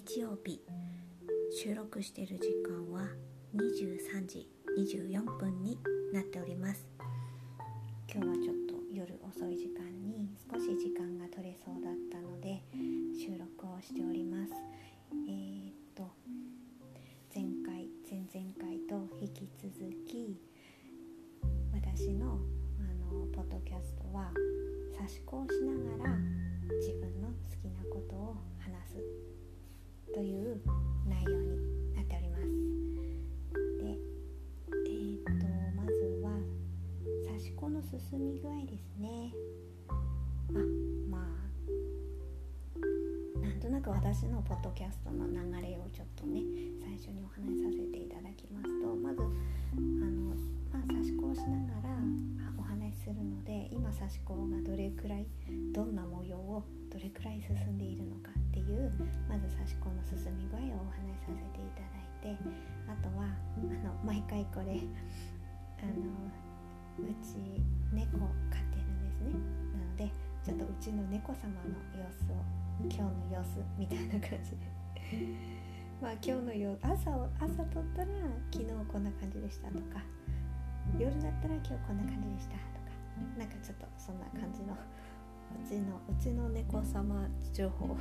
日曜日、収録している時間は23時24分になっております。今日はちょっと夜遅い時間に少し時間が取れそうだったので収録をしております。前回、前々回と引き続き私のポッドキャストは差し子をしながら自分の好きなことを話すという内容になっております。で、まずは差し子の進み具合ですね。なんとなく私のポッドキャストの流れをちょっとね最初にお話しさせていただきますと、まず差し子をしながらお話しするので、今差し子がどれくらいどんな模様をどれくらい進んでいるのかっていうまず差し子の進み具合をお話しさせていただいて、あとは毎回これうち猫飼ってるんですね。なのでちょっとうちの猫様の様子を今日の様子みたいな感じで今日の朝撮ったら昨日こんな感じでしたとか、夜だったら今日こんな感じでしたとか、なんかちょっとそんな感じのうちの猫様情報を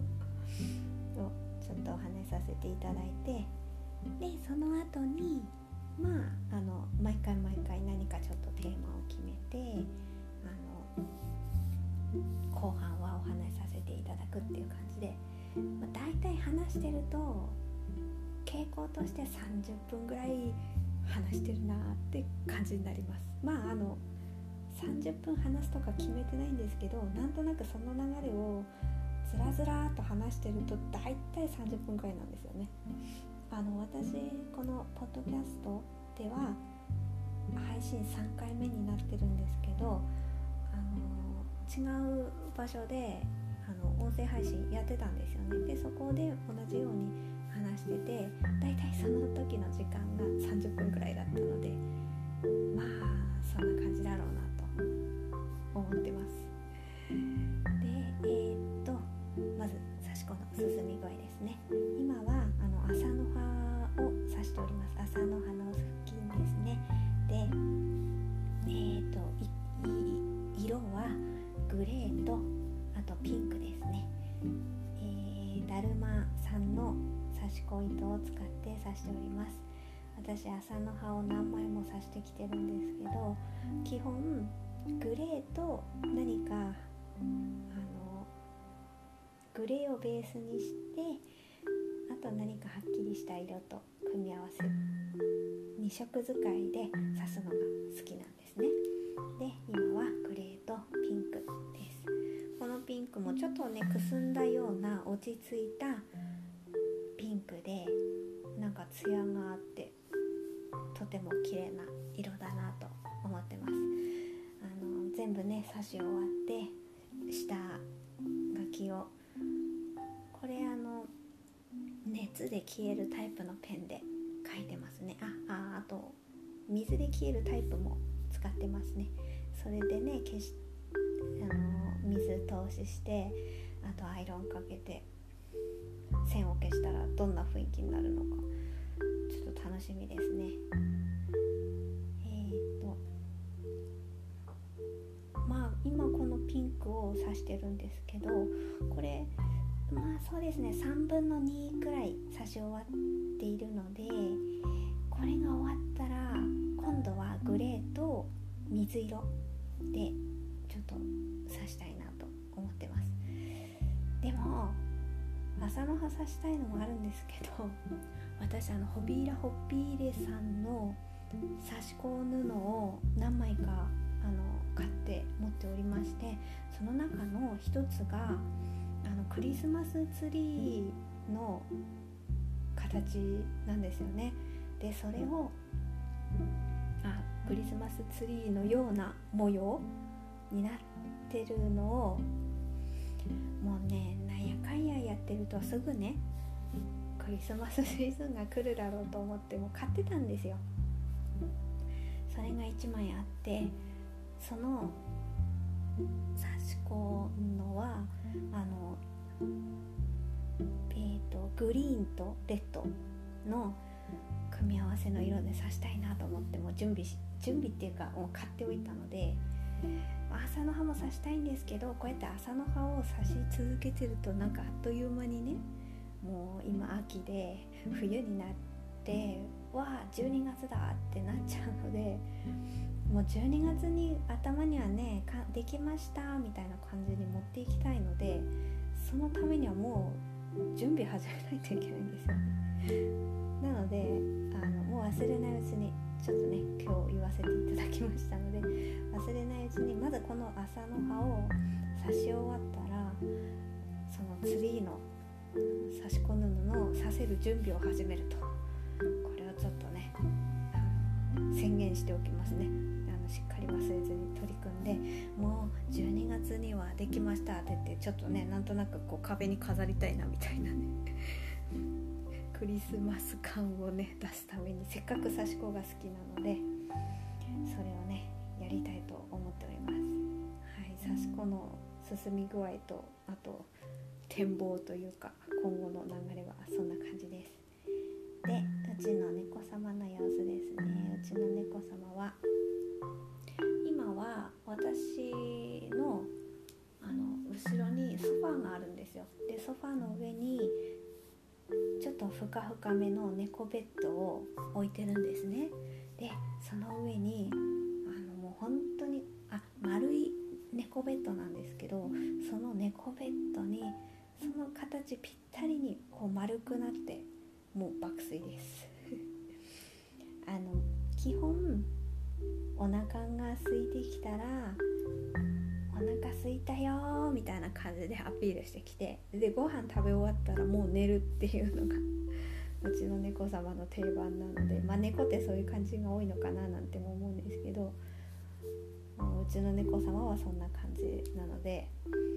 ちょっとお話しさせていただいて、でその後に毎回何かちょっとテーマを決めて後半はお話しさせていただくっていう感じで、だいたい話してると傾向として30分ぐらい話してるなって感じになります。30分話すとか決めてないんですけど、なんとなくその流れをずらずらっと話してるとだいたい30分くらいなんですよね。私このポッドキャストでは配信3回目になってるんですけど、違う場所で音声配信やってたんですよね。でそこで同じように話してて、だいたいその時の時間が30分くらいだったので、そんな感じだろうなと思ってます。で、まず差し子の進み具合ですね。今は麻の葉を刺しております。麻の葉の付近ですね。で、色はグレーとあとピンクですね。だるまさんの刺し子糸を使って刺しております。私麻の葉を何枚も刺してきてるんですけど、基本グレーと何かグレーをベースにして、あと何かはっきりした色と組み合わせる2色使いで刺すのが好きなんですね。で今はグレーとピンクです。このピンクもちょっとねくすんだような落ち着いたピンクで、なんかツヤがあってとても綺麗な色だなと思ってます。全部ね刺し終わって下書きを、これ熱で消えるタイプのペンで書いてますね。あと水で消えるタイプも使ってますね。それでね水通しして、あとアイロンかけて線を消したらどんな雰囲気になるのかちょっと楽しみですね。今このピンクを刺してるんですけど、これそうですね3分の2くらい刺し終わっているので、これが終わったら今度はグレーと水色でちょっと刺したいなと思ってます。でも麻の葉刺したいのもあるんですけど、私ホビーラホッピーレさんの刺し子布を何枚か買って持っておりまして、その中の一つがクリスマスツリーの形なんですよね。でそれをクリスマスツリーのような模様になってるのを、もうねなんやかんややってるとすぐねクリスマスシーズンが来るだろうと思っても買ってたんですよ。それが1枚あって、その刺し子のはググリーンとレッドの組み合わせの色で刺したいなと思っても準備っていうかもう買っておいたので、麻の葉も刺したいんですけど、こうやって麻の葉を刺し続けてるとなんかあっという間にね、もう今秋で冬になってわあ12月だってなっちゃうので、もう12月に頭にはねできましたみたいな感じに持っていきたいので、そのためにはもう準備始めないといけないんですよね。なのでもう忘れないうちにちょっとね今日言わせていただきましたので、忘れないうちにまずこの麻の葉を刺し終わったら、そのツリーの刺し子布の刺せる準備を始めると、これをちょっとね宣言しておきますね。しっかり忘れずに取り組んで、もう12月にはできましたって言って、ちょっとねなんとなくこう壁に飾りたいなみたいなねクリスマス感をね出すために、せっかく刺し子が好きなのでそれをねやりたいと思っております。はい、刺し子の進み具合と、あと展望というか今後の流れはそんな感じです。で、うちの猫様の様子ですね。うちの猫様は今は私の後ろにソファーがあるんですよ。でソファーの上にちょっとふかふかめの猫ベッドを置いてるんですね。でその上にもう本当に丸い猫ベッドなんですけど、その猫ベッドにその形ぴったりにこう丸くなってもう爆睡です基本お腹が空いてきたらお腹空いたよみたいな感じでアピールしてきて、でご飯食べ終わったらもう寝るっていうのがうちの猫様の定番なので、猫ってそういう感じが多いのかななんても思うんですけど、うちの猫様はそんな感じなので、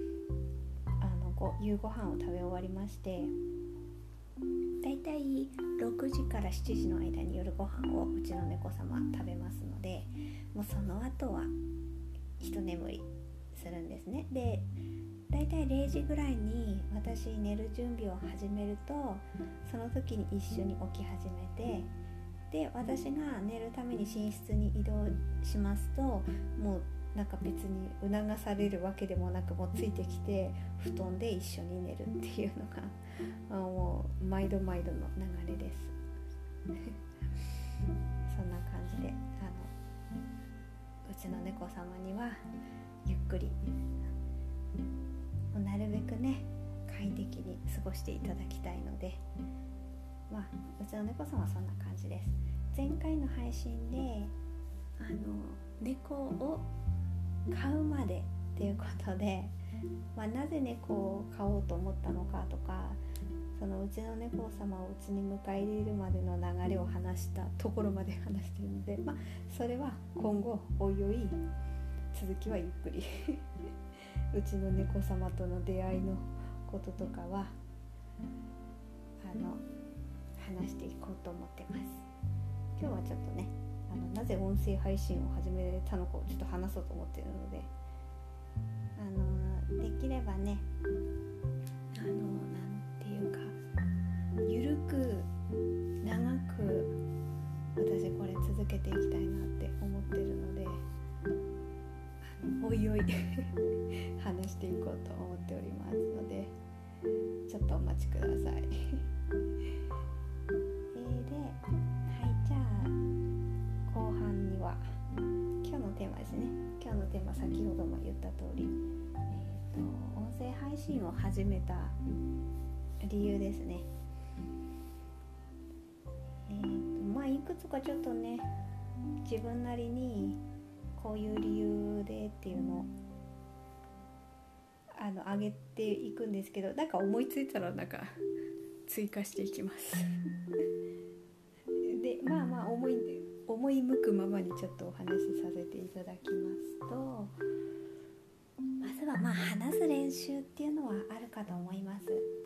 夕ご飯を食べ終わりまして、だいたい6時から7時の間に夜ご飯をうちの猫様食べますので、もうその後は一眠りするんですね。でだいたい0時ぐらいに私寝る準備を始めると、その時に一緒に起き始めて、で私が寝るために寝室に移動しますと、もうなんか別に促されるわけでもなく、もうついてきて布団で一緒に寝るっていうのがもう毎度毎度の流れですそんな感じでうちの猫様にはゆっくりなるべくね快適に過ごしていただきたいので、うちの猫様はそんな感じです。前回の配信で猫を買うまでっていうことで、なぜ猫を飼おうと思ったのかとか、そのうちの猫様をうちに迎え入れるまでの流れを話したところまで話しているので、それは今後おいおい続きはゆっくりうちの猫様との出会いのこととかは話していこうと思ってます。今日はちょっとねなぜ音声配信を始めたのかをちょっと話そうと思っているので、できればねなんていうかゆるく長く私これ続けていきたいなって思ってるので、おいおい話していこうと思っておりますので、ちょっとお待ちくださいで、はい、じゃあ後半には今日のテーマですね。今日のテーマ、先ほども言った通り、音声配信を始めた理由ですね。いくつかちょっとね自分なりにこういう理由でっていうのを上げていくんですけど、なんか思いついたらなんか追加していきますで思い向くままにちょっとお話しさせていただきますと、まずは話す練習っていうのはあるかと思います。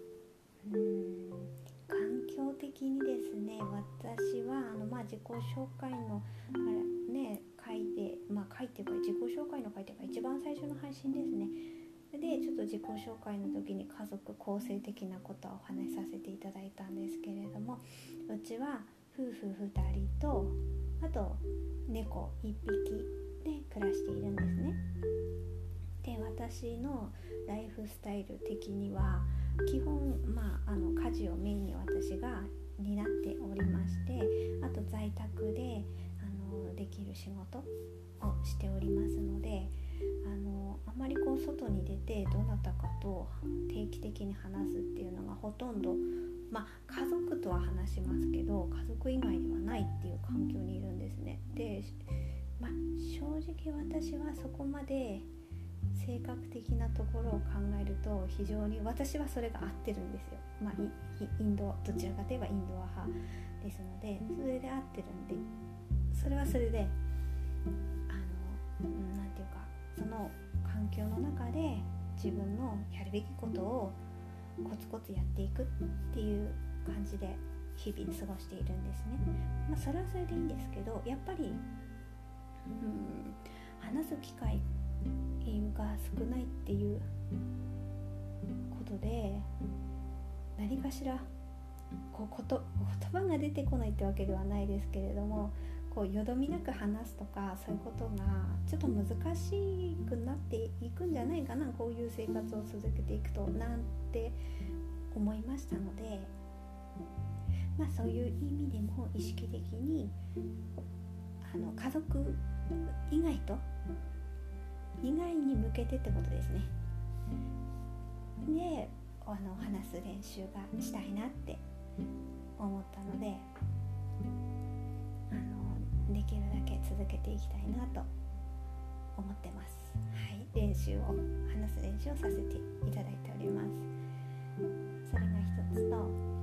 環境的にですね、私は自己紹介の回で、自己紹介の回というか一番最初の配信ですね。ででちょっと自己紹介の時に家族構成的なことをお話しさせていただいたんですけれども、うちは夫婦2人とあと猫1匹で暮らしているんですね。で、私のライフスタイル的には基本、家事をメインに私が担っておりまして、あと在宅でできる仕事をしておりますので、あまり外に出てどなたかと定期的に話すっていうのがほとんど、家族とは話しますけど家族以外ではないっていう環境にいるんですね。で、正直私はそこまで性格的なところを考えると非常に私はそれが合ってるんですよ。インド、どちらかといえばインドア派ですので、それで合ってるんで、それはそれでなんていうか、その環境の中で自分のやるべきことをコツコツやっていくっていう感じで日々過ごしているんですね。それはそれでいいんですけど、やっぱり話す機会が少ないっていうことで、何かしら言葉が出てこないってわけではないですけれども、よどみなく話すとかそういうことがちょっと難しくなっていくんじゃないかな、こういう生活を続けていくとなんて思いましたので、そういう意味でも意識的に家族以外に向けてってことですね。で、話す練習がしたいなって思ったので、できるだけ続けていきたいなと思ってます。はい、話す練習をさせていただいております。それが一つと、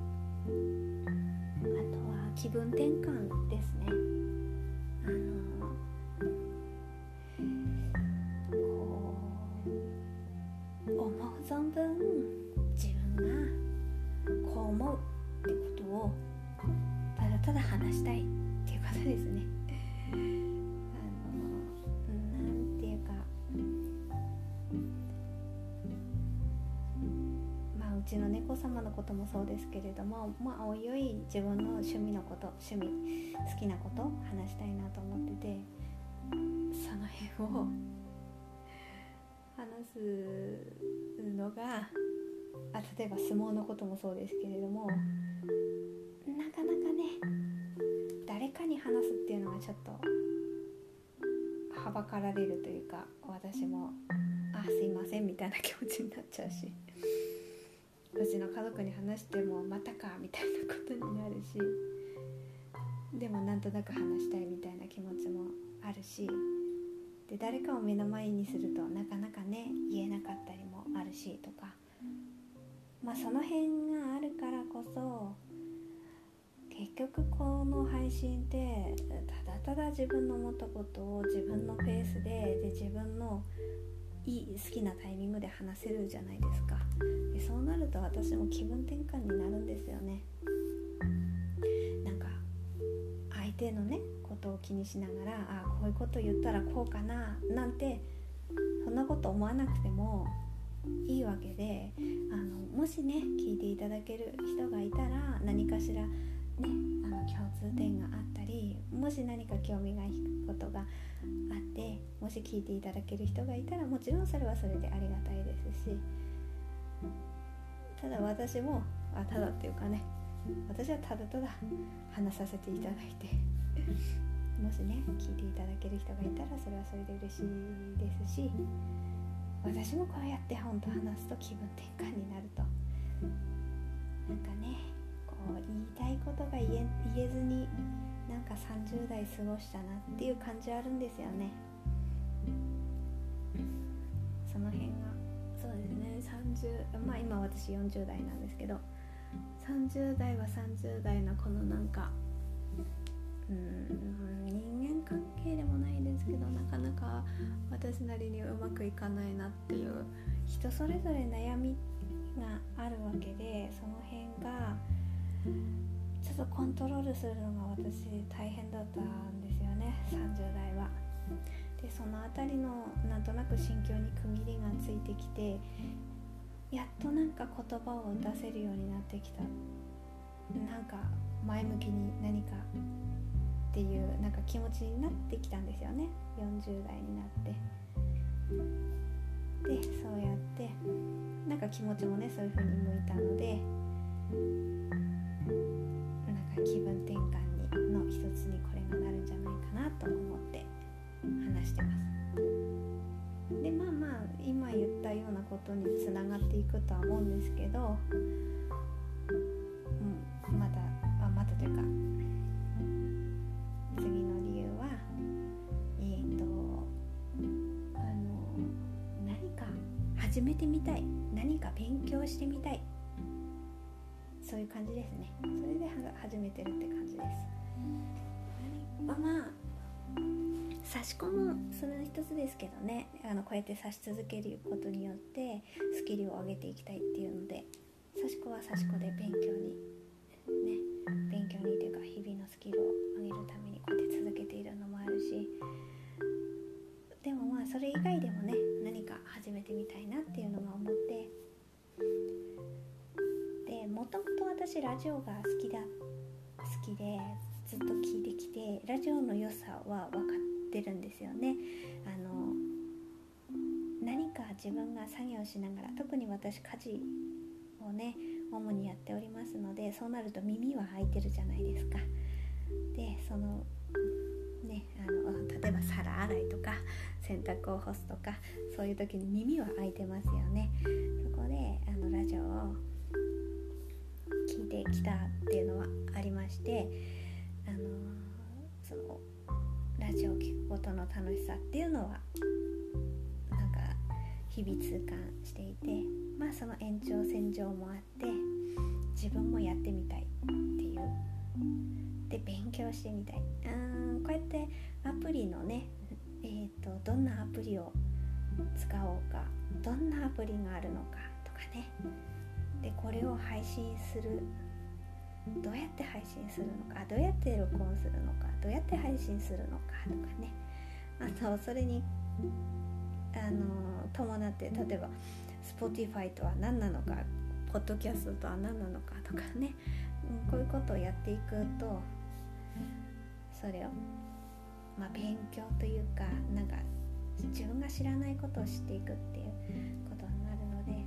あとは気分転換ですね。思う存分自分がこう思うってことをただただ話したいっていうことですね。なんていうか、うちの猫様のこともそうですけれども、おいおい自分の趣味好きなことを話したいなと思ってて、その辺を話すのが、例えば相撲のこともそうですけれども、なかなかね、誰かに話すっていうのがちょっとはばかられるというか、私もすいませんみたいな気持ちになっちゃうし、うちの家族に話してもまたかみたいなことになるし、でもなんとなく話したいみたいな気持ちもあるし、で誰かを目の前にするとなかなかね言えなかったりもあるしとか、その辺があるからこそ、結局この配信ってただただ自分の思ったことを自分のペースで自分の好きなタイミングで話せるじゃないですか。でそうなると私も気分転換になるんですよね。なんか相手のねことを気にしながら、こういうこと言ったらこうかななんて、そんなこと思わなくてもいいわけで、もしね聞いていただける人がいたら、何かしらね共通点があったり、もし何か興味が引くことがあって、もし聞いていただける人がいたら、もちろんそれはそれでありがたいですし、ただ私もただっていうかね、私はただただ話させていただいてもしね聞いていただける人がいたら、それはそれで嬉しいですし、私もこうやって本当話すと気分転換になると、なんかね言いたいことが言えずになんか30代過ごしたなっていう感じあるんですよね。その辺がそうですね。今私40代なんですけど、30代は30代のこのなんか人間関係でもないですけど、なかなか私なりにうまくいかないなっていう、人それぞれ悩みがあるわけで、その辺がちょっとコントロールするのが私大変だったんですよね、30代は。 でそのあたりのなんとなく心境に区切りがついてきて、やっとなんか言葉を出せるようになってきた、なんか前向きに何かっていうなんか気持ちになってきたんですよね、40代になって。でそうやってなんか気持ちもねそういう風に向いたので、なんか気分転換の一つにこれがなるんじゃないかなと思って話してます。でまあ今言ったようなことにつながっていくとは思うんですけど、またというか次の理由は何か始めてみたい、何か勉強してみたい、そういう感じですね。それで始めてるって感じです。差し込むそれの一つですけどね、こうやって差し続けることによってスキルを上げていきたいっていうので、差し子は差し子で勉強にというか日々のスキルを上げるためにこうやって続けているのもあるし、でもそれ以外でもね何か始めてみたいなっていうのが思って、でもともと私ラジオが好きでずっと聞いてきて、ラジオの良さは分かってるんですよね。何か自分が作業しながら、特に私家事をね主にやっておりますので、そうなると耳は開いてるじゃないですか。でそのね例えば皿洗いとか洗濯を干すとか、そういう時に耳は開いてますよね。そこでラジオを聞いてきたっていうのはありまして、そのラジオを聞くことの楽しさっていうのはなんか日々痛感していて、その延長線上もあって自分もやってみたいっていうで、勉強してみたい、こうやってアプリのね、どんなアプリを使おうか、どんなアプリがあるのかとかね、でこれを配信する、どうやって配信するのか、どうやって録音するのか、どうやって配信するのかとかね、それに伴って例えば Spotify とは何なのか、ポッドキャストとは何なのかとかね、こういうことをやっていくと、それを勉強というか、なんか自分が知らないことを知っていくっていうことになるので、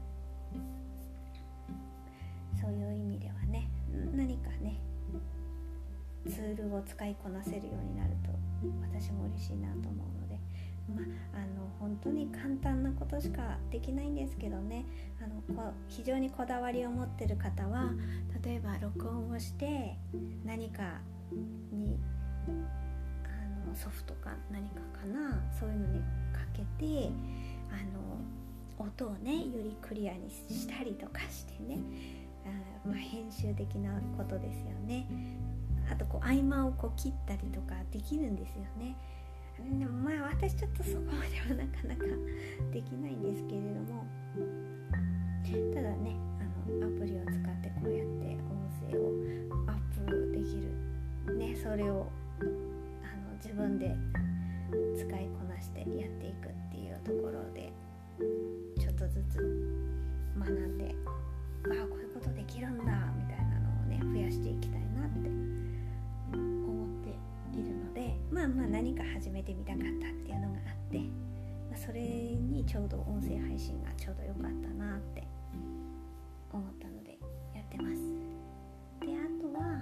そういう意味ではね、何かねツールを使いこなせるようになると私も嬉しいなと思うので、本当に簡単なことしかできないんですけどね、非常にこだわりを持ってる方は、例えば録音をして何かにソフトか何かかな、そういうのにかけて音をねよりクリアにしたりとかしてね、編集的なことですよね。あと合間を切ったりとかできるんですよね。でも私ちょっとそこまではなかなかできないんですけれども、ただねアプリを使ってこうやって音声をアップできるね、それを自分で使いこなしてやっていくっていうところでちょっとずつ学んで、こういうことできるんだみたいなのをね増やしていきたいなって思っているので、何か始めてみたかったっていうのがあって、それにちょうど音声配信がちょうど良かったなって思ったのでやってます。であとは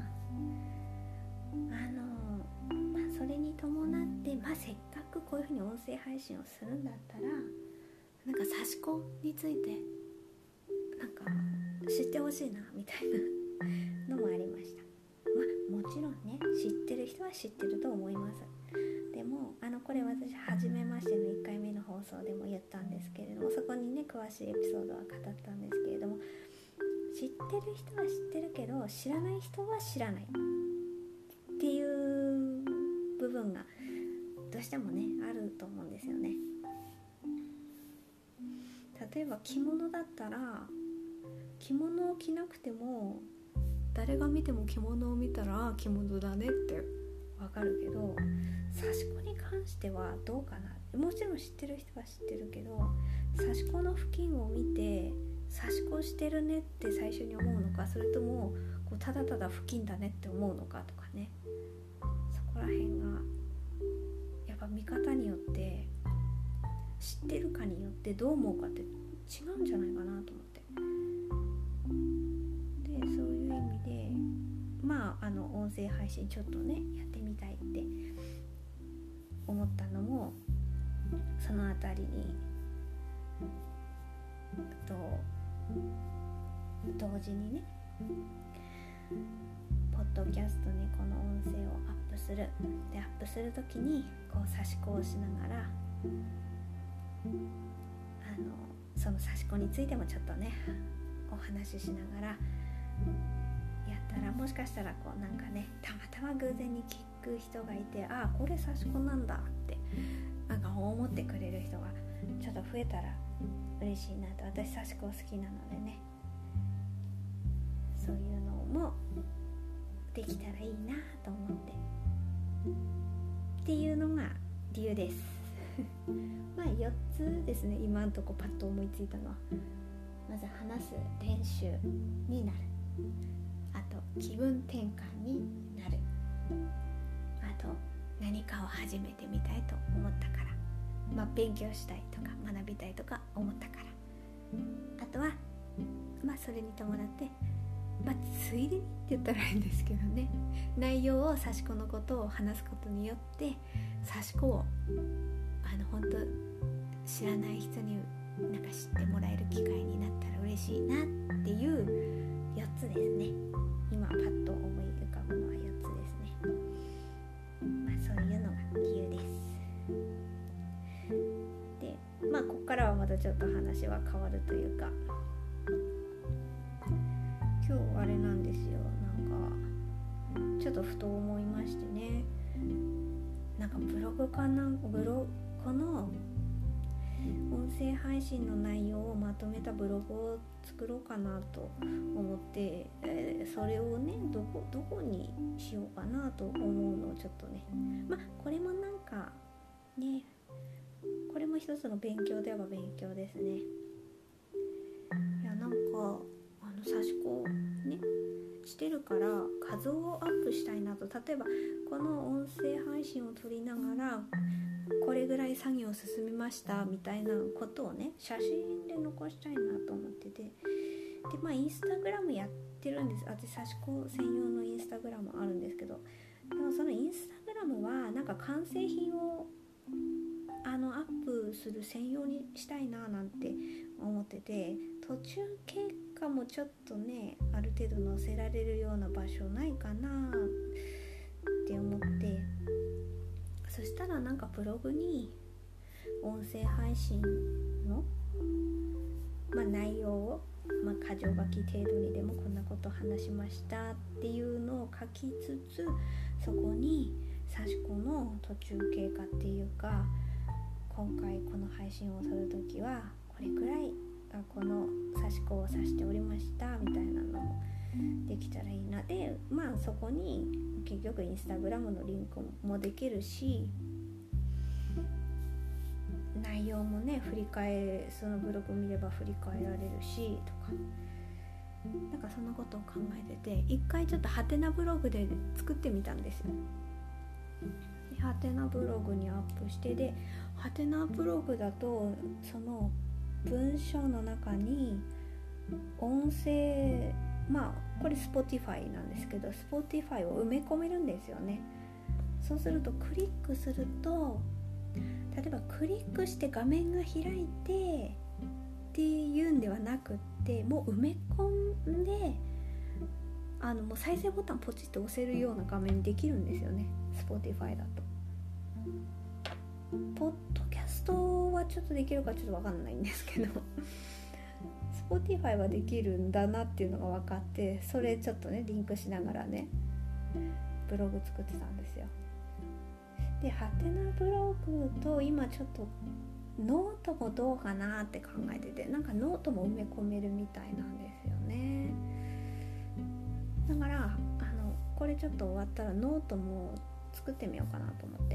それに伴って、せっかくこういうふうに音声配信をするんだったら、なんか差し子についてなんか知ってほしいなみたいなのもありました。もちろんね知ってる人は知ってると思います。でもこれ私初めましての1回目の放送でも言ったんですけれども、そこにね詳しいエピソードは語ったんですけれども、知ってる人は知ってるけど知らない人は知らないっていう部分がどうしてもねあると思うんですよね。例えば着物だったら、着物を着なくても誰が見ても着物を見たら着物だねってわかるけど、刺し子に関してはどうかな。もちろん知ってる人は知ってるけど、刺し子の付近を見て刺し子してるねって最初に思うのか、それともこうただただ付近だねって思うのかとかね、そこら辺がやっぱ見方によって、知ってるかによってどう思うかって違うんじゃないかなと思って、でそういう意味で音声配信ちょっとねやってみたいって思ったのもそのあたりに同時にね、ポッドキャストにこの音声をアップする。でアップするときにこう差し子をしながらその差し子についてもちょっとねお話ししながらやったら、もしかしたらこうなんかね、たまたま偶然に聞く人がいて、あこれ差し子なんだってなんか思ってくれる人がちょっと増えたら嬉しいなと。私差し子好きなのでね、そういうのもできたらいいなと思ってっていうのが理由です4つですね、今のとこパッと思いついたのは。まず話す練習になる、あと気分転換になる、あと何かを始めてみたいと思ったから、勉強したいとか学びたいとか思ったから、あとはそれに伴ってついでにって言ったらいいんですけどね、内容を刺し子のことを話すことによって刺し子を本当知らない人になんか知ってもらえる機会になったら嬉しいなっていう4つですね。今パッと思い浮かぶのは4つですね。そういうのが理由です。でここからはまたちょっと話は変わるというか、今日あれなんですよ、なんかちょっとふと思いましてね、なんかこの音声配信の内容をまとめたブログを作ろうかなと思って、それをねどこにしようかなと思うのをちょっとね、これもなんかね、これも一つの勉強では勉強ですね。いやなんか差し子ねしてるから画像をアップしたいなと。例えばこの音声配信を撮りながらこれぐらい作業進みましたみたいなことをね写真で残したいなと思ってて、でインスタグラムやってるんです。私差し子専用のインスタグラムあるんですけど、でもそのインスタグラムはなんか完成品をアップする専用にしたいななんて思ってて、途中経過もちょっとねある程度載せられるような場所ないかなって思って、そしたらなんかブログに音声配信の、内容を、箇条書き程度にでもこんなこと話しましたっていうのを書きつつ、そこに差し子の途中経過っていうか、今回この配信をするときはこれくらいこの差し子を指しておりましたみたいなのもできたらいいな。でそこに結局インスタグラムのリンクもできるし、内容もねそのブログ見れば振り返られるしとか、なんかそんなことを考えてて、一回ちょっとハテナブログで作ってみたんですよ。でハテナブログにアップして、でハテナブログだとその文章の中に音声、これ Spotify なんですけど Spotify を埋め込めるんですよね。そうするとクリックすると、例えばクリックして画面が開いてっていうんではなくって、もう埋め込んでもう再生ボタンポチッと押せるような画面にできるんですよね、 Spotify だと。ポッドキャストはちょっとできるかちょっと分かんないんですけどSpotify はできるんだなっていうのが分かって、それちょっとねリンクしながらねブログ作ってたんですよ。でハテナブログと今ちょっとノートもどうかなって考えてて、なんかノートも埋め込めるみたいなんですよね。だからこれちょっと終わったらノートも作ってみようかなと思って、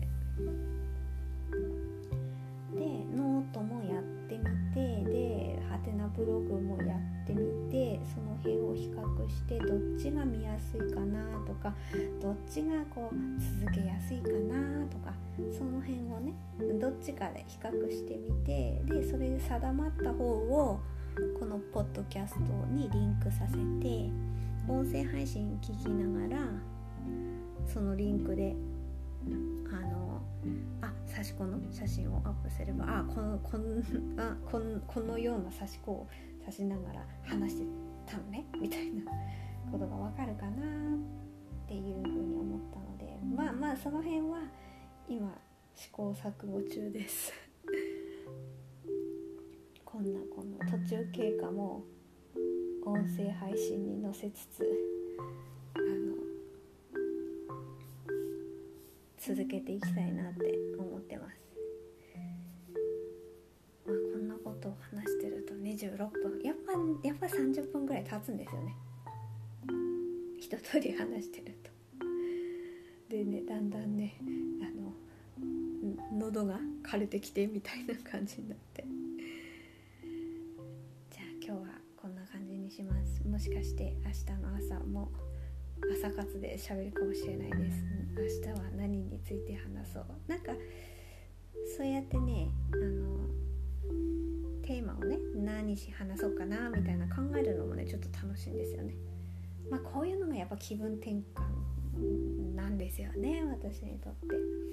でノートもやってみて、でハテナブログもやってみて、その辺を比較してどっちが見やすいかなとか、どっちがこう続けやすいかなとか、その辺をねどっちかで比較してみて、でそれで定まった方をこのポッドキャストにリンクさせて、音声配信聞きながらそのリンクで刺し子の写真をアップすれば、このような刺し子を刺しながら話してたのねみたいなことがわかるかなっていうふうに思ったので、まあその辺は今試行錯誤中ですこの途中経過も音声配信に載せつつ続けていきたいなって思ってます。こんなことを話してると26分やっぱ30分ぐらい経つんですよね、一通り話してると。でね、だんだんね喉が枯れてきてみたいな感じになって、じゃあ今日はこんな感じにします。もしかして明日の朝も朝活で喋るかもしれないです。明日は何について話そう、なんかそうやってねテーマをね何し話そうかなみたいな考えるのもねちょっと楽しいんですよね。こういうのがやっぱ気分転換なんですよね、私にとって。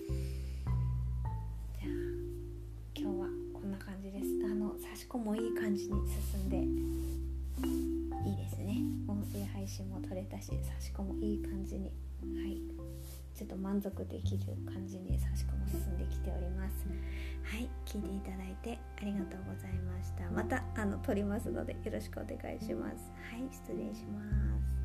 じゃあ今日はこんな感じです。刺し子もいい感じに進んでいいですね。音声配信も撮れたし、刺し子もいい感じに、ちょっと満足できる感じに刺し子も進んできております。聞いていただいてありがとうございました。また撮りますのでよろしくお願いします。失礼します。